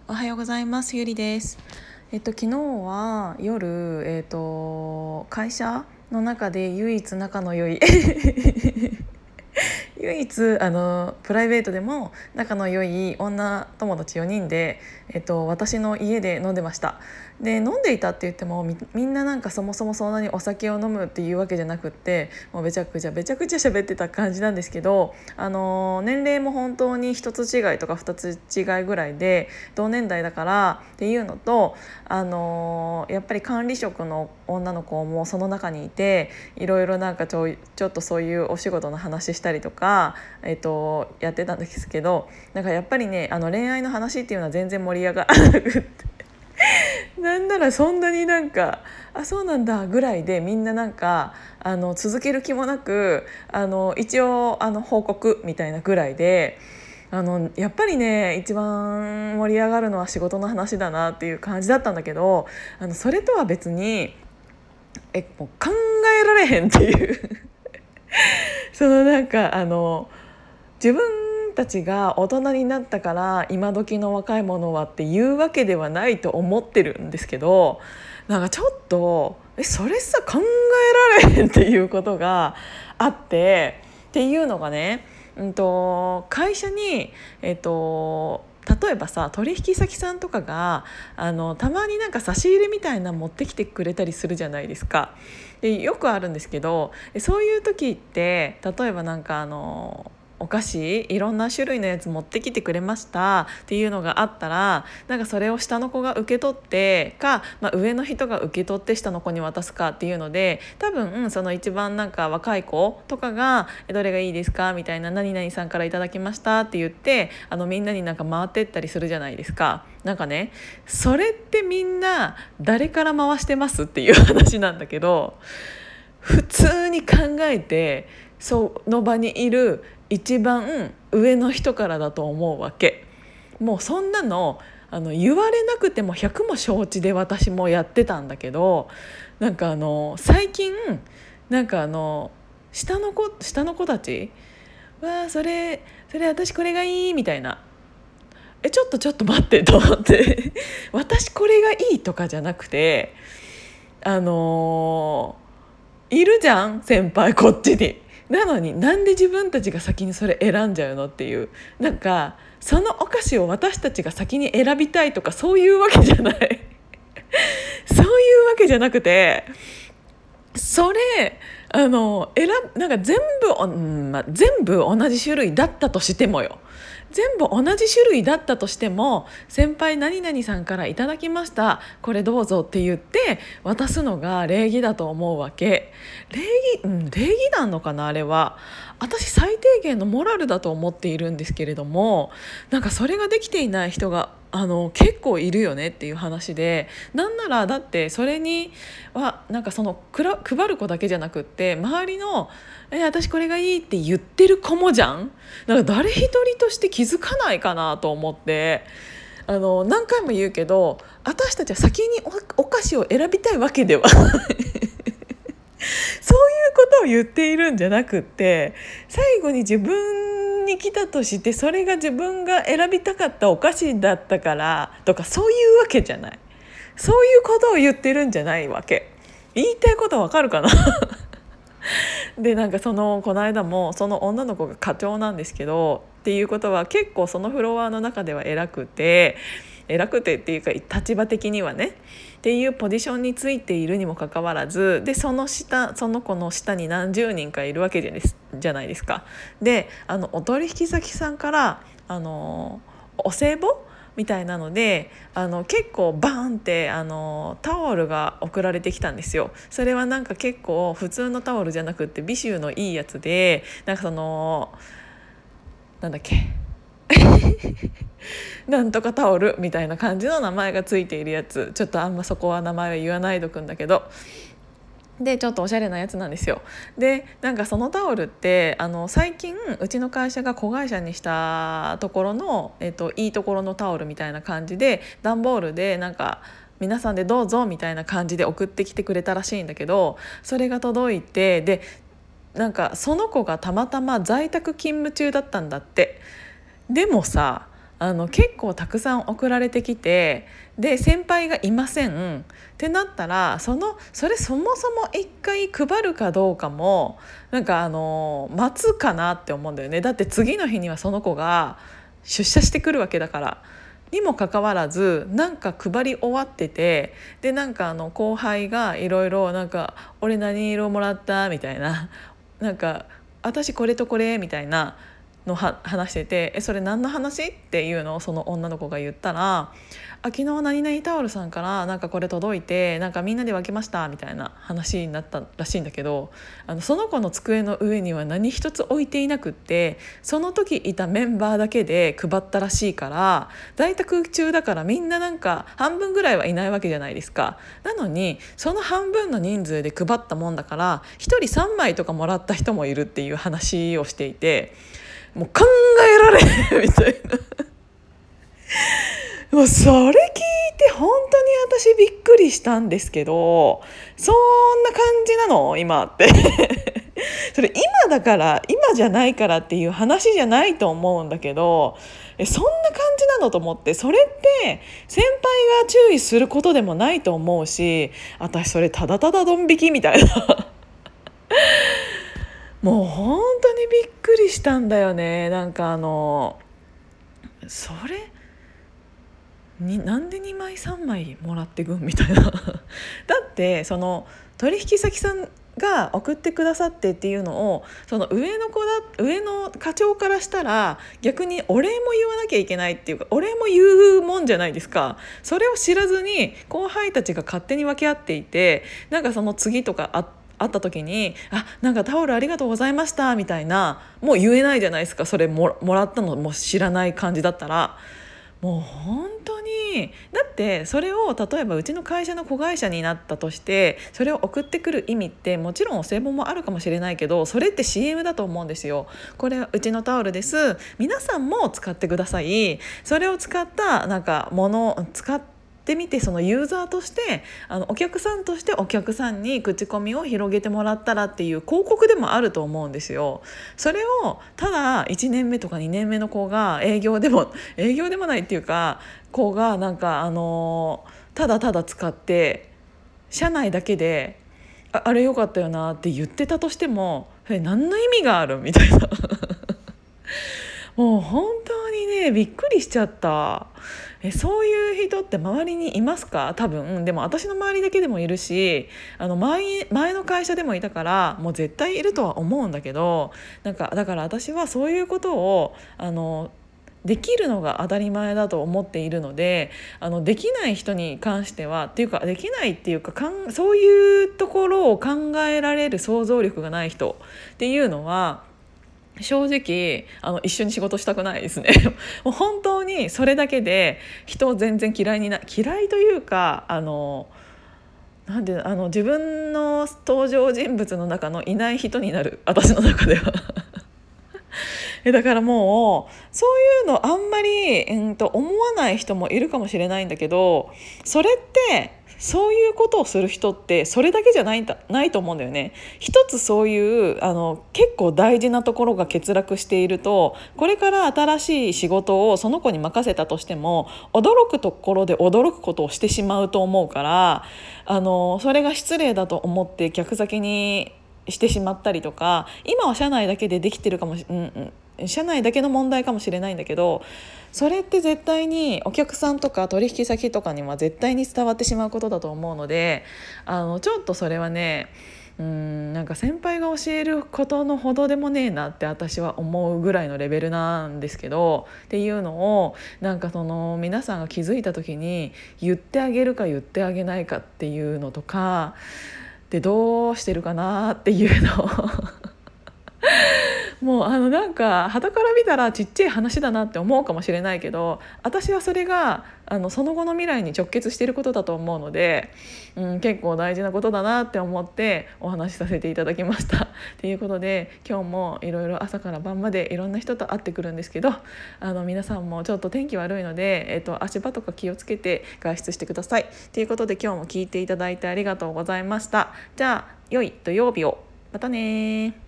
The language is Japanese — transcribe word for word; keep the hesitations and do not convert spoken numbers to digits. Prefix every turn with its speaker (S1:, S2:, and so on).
S1: おはようございます。ゆりです。えっと昨日は夜、えっと会社の中で唯一仲の良い唯一あのプライベートでも仲の良い女友達よにんで、えっと、私の家で飲んでました。で飲んでいたって言っても み, みんななんかそもそもそんなにお酒を飲むっていうわけじゃなくって、もうべちゃくちゃべちゃくちゃ喋ってた感じなんですけど、あの年齢も本当に一つ違いとか二つ違いぐらいで同年代だからっていうのと、あのやっぱり管理職の女の子もその中にいて、いろいろなんかちょちょっとそういうお仕事の話したりとか、えっと、やってたんですけど、なんかやっぱりね、あの恋愛の話っていうのは全然盛り上がらなくってなんならそんなになんかあそうなんだぐらいで、みんななんかあの続ける気もなく、あの一応あの報告みたいなぐらいで、あのやっぱりね一番盛り上がるのは仕事の話だなっていう感じだったんだけど、あのそれとは別にえもう考えられへんっていうそのなんかあの自分たちが大人になったから今時の若い者はっていうわけではないと思ってるんですけど、なんかちょっとえそれさ考えられへんっていうことがあって、っていうのがね、うんと会社にえっと例えばさ、取引先さんとかがあのたまになんか差し入れみたいなの持ってきてくれたりするじゃないですか。でよくあるんですけど、そういう時って例えばなんかあのお菓子いろんな種類のやつ持ってきてくれましたっていうのがあったら、なんかそれを下の子が受け取ってか、まあ、上の人が受け取って下の子に渡すかっていうので、多分その一番なんか若い子とかがどれがいいですかみたいな、何々さんからいただきましたって言って、あのみんなになんか回ってったりするじゃないですか。なんかね、それってみんな誰から回してますっていう話なんだけど、普通に考えてその場にいる一番上の人からだと思うわけ。もうそんなのあの言われなくてもひゃくも承知で私もやってたんだけど、なんかあの最近なんかあの下の子下の子たちわそれそれ私これがいいみたいな、えちょっとちょっと待ってと思って私これがいいとかじゃなくて、あのー、いるじゃん先輩こっちに。なのになんで自分たちが先にそれ選んじゃうのっていう、なんかそのお菓子を私たちが先に選びたいとかそういうわけじゃないそういうわけじゃなくて、それあの選なんか全部、うんまあ、全部同じ種類だったとしてもよ、全部同じ種類だったとしても、先輩何々さんからいただきましたこれどうぞって言って渡すのが礼儀だと思うわけ。礼儀、うん、礼儀なのかなあれは。私最低限のモラルだと思っているんですけれども、なんかそれができていない人があの結構いるよねっていう話で、なんならだってそれにはなんかそのくら配る子だけじゃなくって、周りのえ私これがいいって言ってる子もじゃん。だから誰一人として気づかないかなと思って、あの何回も言うけど、私たちは先に お, お菓子を選びたいわけではそういうことを言っているんじゃなくって、最後に自分に来たとしてそれが自分が選びたかったお菓子だったからとか、そういうわけじゃない。そういうことを言ってるんじゃないわけ。言いたいことわかるかなでなんかそのこの間もその女の子が課長なんですけど、っていうことは結構そのフロアの中では偉くて偉くてっていうか立場的にはねっていうポジションについているにもかかわらず、でその下その子の下に何十人かいるわけじゃです、じゃないですか。であのお取引先さんからあのお歳暮みたいなので、あの結構バーンってあのタオルが送られてきたんですよ。それはなんか結構普通のタオルじゃなくって美醜のいいやつで、なんかそのなんだっけなんとかタオルみたいな感じの名前がついているやつ、ちょっとあんまそこは名前は言わないどくんだけど、でちょっとおしゃれなやつなんですよ。でなんかそのタオルってあの最近うちの会社が子会社にしたところの、えっと、いいところのタオルみたいな感じで段ボールでなんか皆さんでどうぞみたいな感じで送ってきてくれたらしいんだけど、それが届いて、でなんかその子がたまたま在宅勤務中だったんだって。でもさあの結構たくさん送られてきて、で先輩がいませんってなったら、そのそれそもそも一回配るかどうかもなんかあの待つかなって思うんだよね。だって次の日にはその子が出社してくるわけだから。にもかかわらずなんか配り終わってて、でなんかあの後輩がいろいろなんか俺何色もらったみたいな、なんか私これとこれみたいなのは話してて、えそれ何の話っていうのをその女の子が言ったら、あ昨日何々タオルさんからなんかこれ届いてなんかみんなで分けましたみたいな話になったらしいんだけど、あのその子の机の上には何一つ置いていなくって、その時いたメンバーだけで配ったらしいから、在宅中だからみんななんか半分ぐらいはいないわけじゃないですか。なのにその半分の人数で配ったもんだからひとりさんまいとかもらった人もいるっていう話をしていて、もう考えられへんみたいなもうそれ聞いて本当に私びっくりしたんですけど、そんな感じなの今ってそれ今だから今じゃないからっていう話じゃないと思うんだけど、えそんな感じなのと思って、それって先輩が注意することでもないと思うし、私それただただドン引きみたいなもう本当にびっくりしたんだよね。なんかあのそれになんでにまいさんまいもらってくんみたいなだってその取引先さんが送ってくださってっていうのをその上の子だ上の課長からしたら逆にお礼も言わなきゃいけないっていうか、お礼も言うもんじゃないですか。それを知らずに後輩たちが勝手に分け合っていて、なんかその次とかあ会った時にあなんかタオルありがとうございましたみたいなもう言えないじゃないですか。それももらったのも知らない感じだったら。もう本当にだってそれを例えばうちの会社の子会社になったとしてそれを送ってくる意味ってもちろんお歳暮もあるかもしれないけど、それって シーエム だと思うんですよ。これうちのタオルです皆さんも使ってください、それを使ったなんかもの使ってってみてそのユーザーとしてあのお客さんとしてお客さんに口コミを広げてもらったらっていう広告でもあると思うんですよ。それをただいちねんめとかにねんめの子が営業でも営業でもないっていうか子がなんかあのただただ使って社内だけで あ, あれ良かったよなって言ってたとしてもえ何の意味があるみたいなもう本当にねびっくりしちゃった。えそういう人って周りにいますか？多分でも私の周りだけでもいるし、あの 前, 前の会社でもいたからもう絶対いるとは思うんだけど、なんかだから私はそういうことをあのできるのが当たり前だと思っているので、あのできない人に関してはっていうかできないっていうかかんそういうところを考えられる想像力がない人っていうのは正直あの一緒に仕事したくないですねもう本当にそれだけで人を全然嫌いにな嫌いというかあのなんであの自分の登場人物の中のいない人になる私の中ではえだからもうそういうのあんまり、うん、と思わない人もいるかもしれないんだけど、それってそういうことをする人ってそれだけじゃないんだないと思うんだよね。一つそういうあの結構大事なところが欠落していると、これから新しい仕事をその子に任せたとしても驚くところで驚くことをしてしまうと思うから、あのそれが失礼だと思って逆先にしてしまったりとか、今は社内だけでできてるかもし、うんうん、社内だけの問題かもしれないんだけど、それって絶対にお客さんとか取引先とかには絶対に伝わってしまうことだと思うので、あのちょっとそれはね、うーんなんか先輩が教えることのほどでもねえなって私は思うぐらいのレベルなんですけど、っていうのをなんかその皆さんが気づいた時に言ってあげるか言ってあげないかっていうのとかでどうしてるかなっていうのをもうあのなんか傍から見たらちっちゃい話だなって思うかもしれないけど、私はそれがあのその後の未来に直結していることだと思うので、うん、結構大事なことだなって思ってお話しさせていただきましたということで、今日もいろいろ朝から晩までいろんな人と会ってくるんですけど、あの皆さんもちょっと天気悪いので、えっと、足場とか気をつけて外出してくださいということで、今日も聞いていただいてありがとうございました。じゃあ良い土曜日を。またね。